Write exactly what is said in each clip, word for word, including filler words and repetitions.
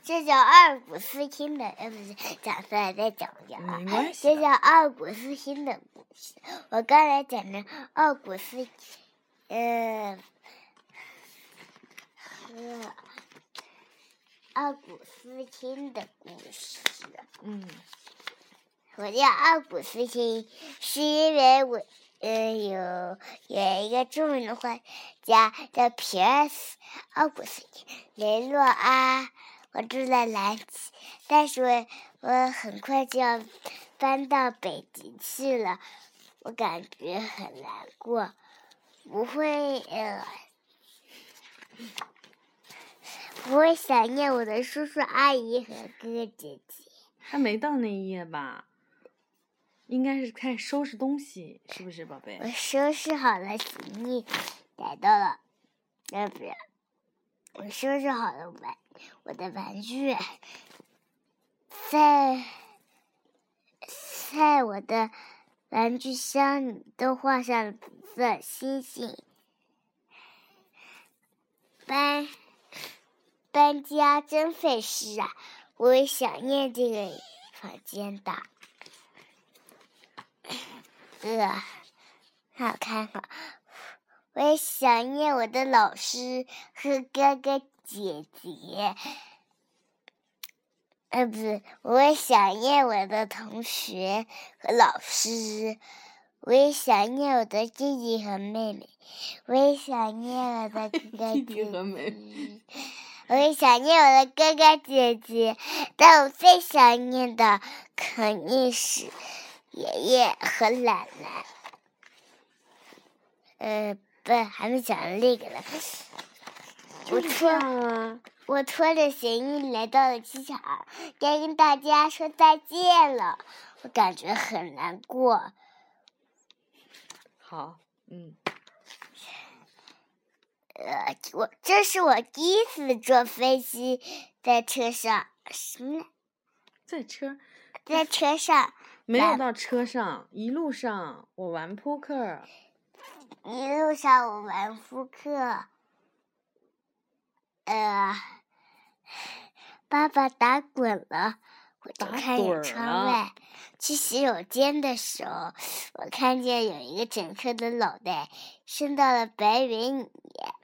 这叫阿尔古斯星的，呃，不是，讲出来再讲讲啊。 没关系。 这叫阿尔古斯星的故事。我刚才讲的阿尔古斯，呃，呃，阿尔古斯星的故事。 嗯。 我叫阿尔古斯星，是因为我。呃，有有一个著名的画家叫皮尔斯·奥古斯丁·雷诺阿，我住在南极，但是我我很快就要搬到北极去了，我感觉很难过，不会呃，不会想念我的叔叔阿姨和哥哥姐姐。 还没到那一页吧？应该是开始收拾东西，是不是，宝贝？ 我收拾好了行李，来到了，要不然，我收拾好了玩我的玩具，在在我的玩具箱里都画上了紫色星星。搬搬家真费事啊！我也想念这个房间的。呃，好看看，我也想念我的老师和哥哥姐姐。呃，不是，我也想念我的同学和老师。我也想念我的弟弟和妹妹。我也想念我的哥哥姐姐。 弟弟和妹妹。 我也想念我的哥哥姐姐，但我最想念的肯定是爷爷和奶奶。呃，不，还没讲到那个呢。我拖啊， 我拖着行李来到了机场，该跟大家说再见了。我感觉很难过。 好，嗯。 呃，我这是我第一次坐飞机，在车上什么？ 在车。 在车上。 没有到车上，一路上我玩扑克。 一路上我玩扑克。呃，爸爸打滚了，我就看见窗外。去洗手间的时候，我看见有一个整个的脑袋伸到了白云里。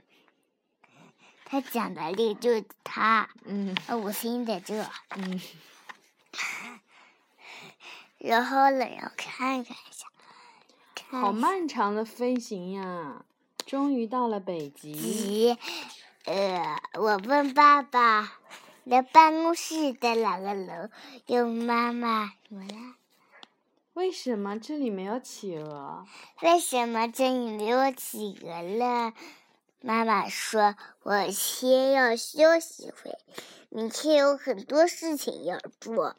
他讲的那个就是他。 嗯。 我声音在这。 嗯。 然后呢，要看看一下。 好漫长的飞行呀！终于到了北极。 呃，我问爸爸，你的办公室在哪个楼？有妈妈怎么了？ 为什么这里没有企鹅？ 为什么这里没有企鹅了？妈妈说：“我先要休息会，明天有很多事情要做。”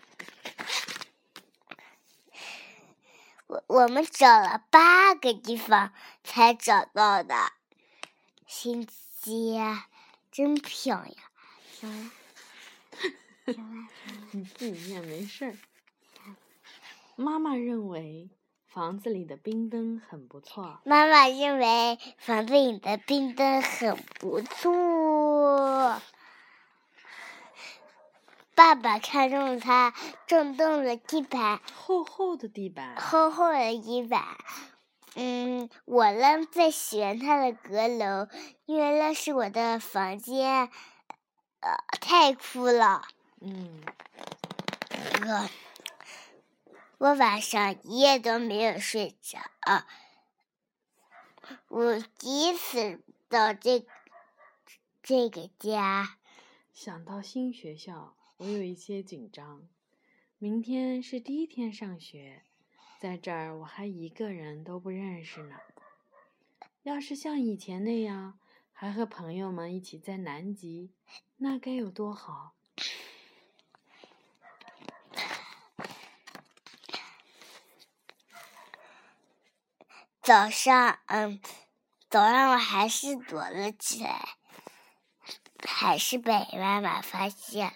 我我们找了八个地方才找到的。新街真漂亮，行了，行了， 你自己念没事儿。妈妈认为房子里的冰灯很不错。 妈妈认为房子里的冰灯很不错。爸爸看中它震动的地板， 厚厚的地板， 厚厚的地板。嗯，我呢最喜欢它的阁楼，因为那是我的房间，呃，太酷了。 嗯。 我我晚上一夜都没有睡着。我第一次到这这个家， 想到新学校，我有一些紧张。明天是第一天上学，在这儿我还一个人都不认识呢。要是像以前那样，还和朋友们一起在南极，那该有多好！ 早上，嗯，早上我还是躲了起来，还是被妈妈发现了。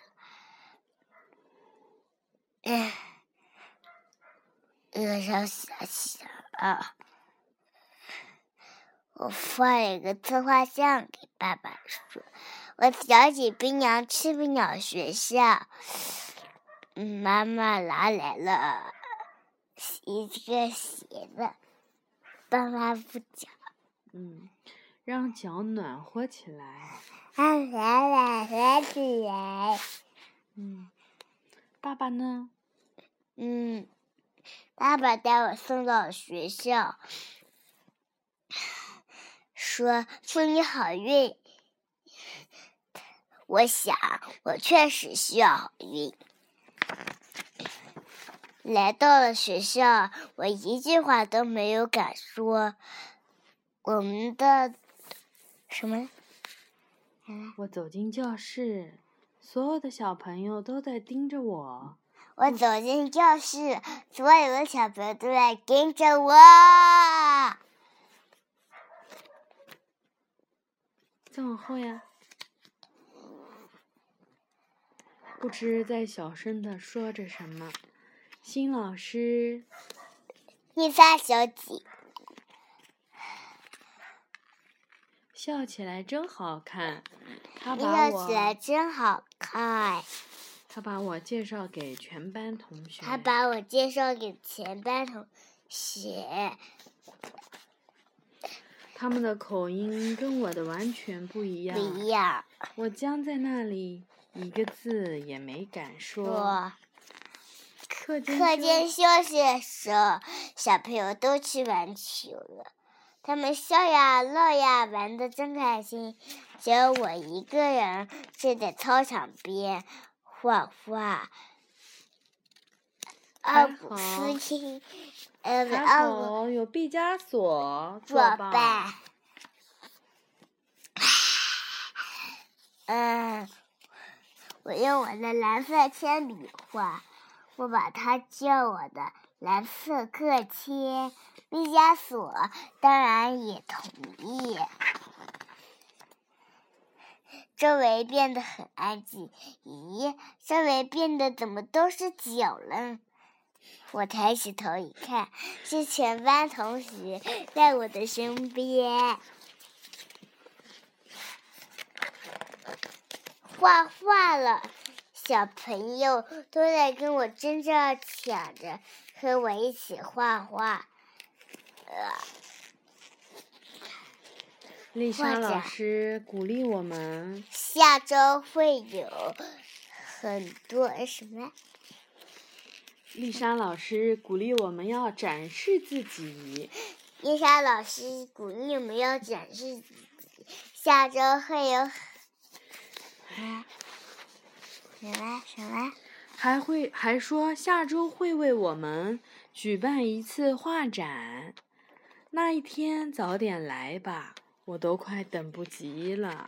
嗯，又要想想啊，我画了一个自画像给爸爸说， 我小姐冰凉去不了学校，嗯，妈妈拿来了一个鞋子，帮妈捂脚。 嗯，让脚暖和起来。 让脚暖和起来。 嗯，爸爸呢？ 嗯，爸爸带我送到学校，说祝你好运。我想，我确实需要好运。来到了学校，我一句话都没有敢说。我们的什么？ 我走进教室，所有的小朋友都在盯着我。 我走进教室，所有的小朋友都在盯着我。 再往后呀。不知在小声地说着什么。新老师， 丽莎小姐， 笑起来真好看。她你把笑起来我， 真好看。 她把我介绍给全班同学。 她把我介绍给全班同学。 他们的口音跟我的完全不一样。 不一样。 我僵在那里，一个字也没敢说。 说课间课间休息的时候，小朋友都去玩球了，他们笑呀乐呀，玩得真开心。只有我一个人站在操场边画画。奥古斯汀，呃， 还奥古好有毕加索作作伴。 伴。嗯，我用我的蓝色铅笔画，我把它叫我的蓝色课铅。毕加索当然也同意。周围变得很安静。咦，周围变得怎么都是脚呢？我抬起头一看，是全班同学在我的身边画画了。小朋友都在跟我争着抢着和我一起画画。呃丽莎老师鼓励我们， 下周会有很多什么？ 丽莎老师鼓励我们要展示自己。 丽莎老师鼓励我们要展示自己。下周会有什么？什么什么？ 还会还说下周会为我们举办一次画展，那一天早点来吧，我都快等不及了。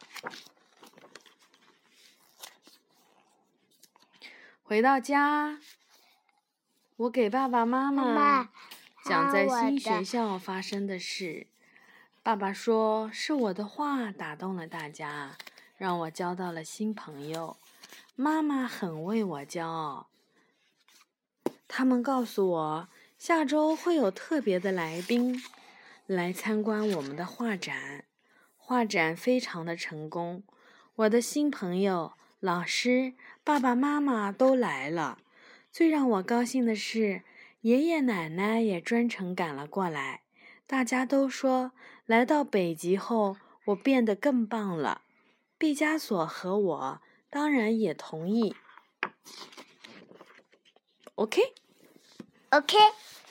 回到家，我给爸爸妈妈讲在新学校发生的事。爸爸说是我的画打动了大家，让我交到了新朋友。妈妈很为我骄傲。他们告诉我，下周会有特别的来宾来参观我们的画展。画展非常的成功，我的新朋友、老师、爸爸妈妈都来了。最让我高兴的是，爷爷奶奶也专程赶了过来。大家都说，来到北极后，我变得更棒了。毕加索和我当然也同意。OK？ OK。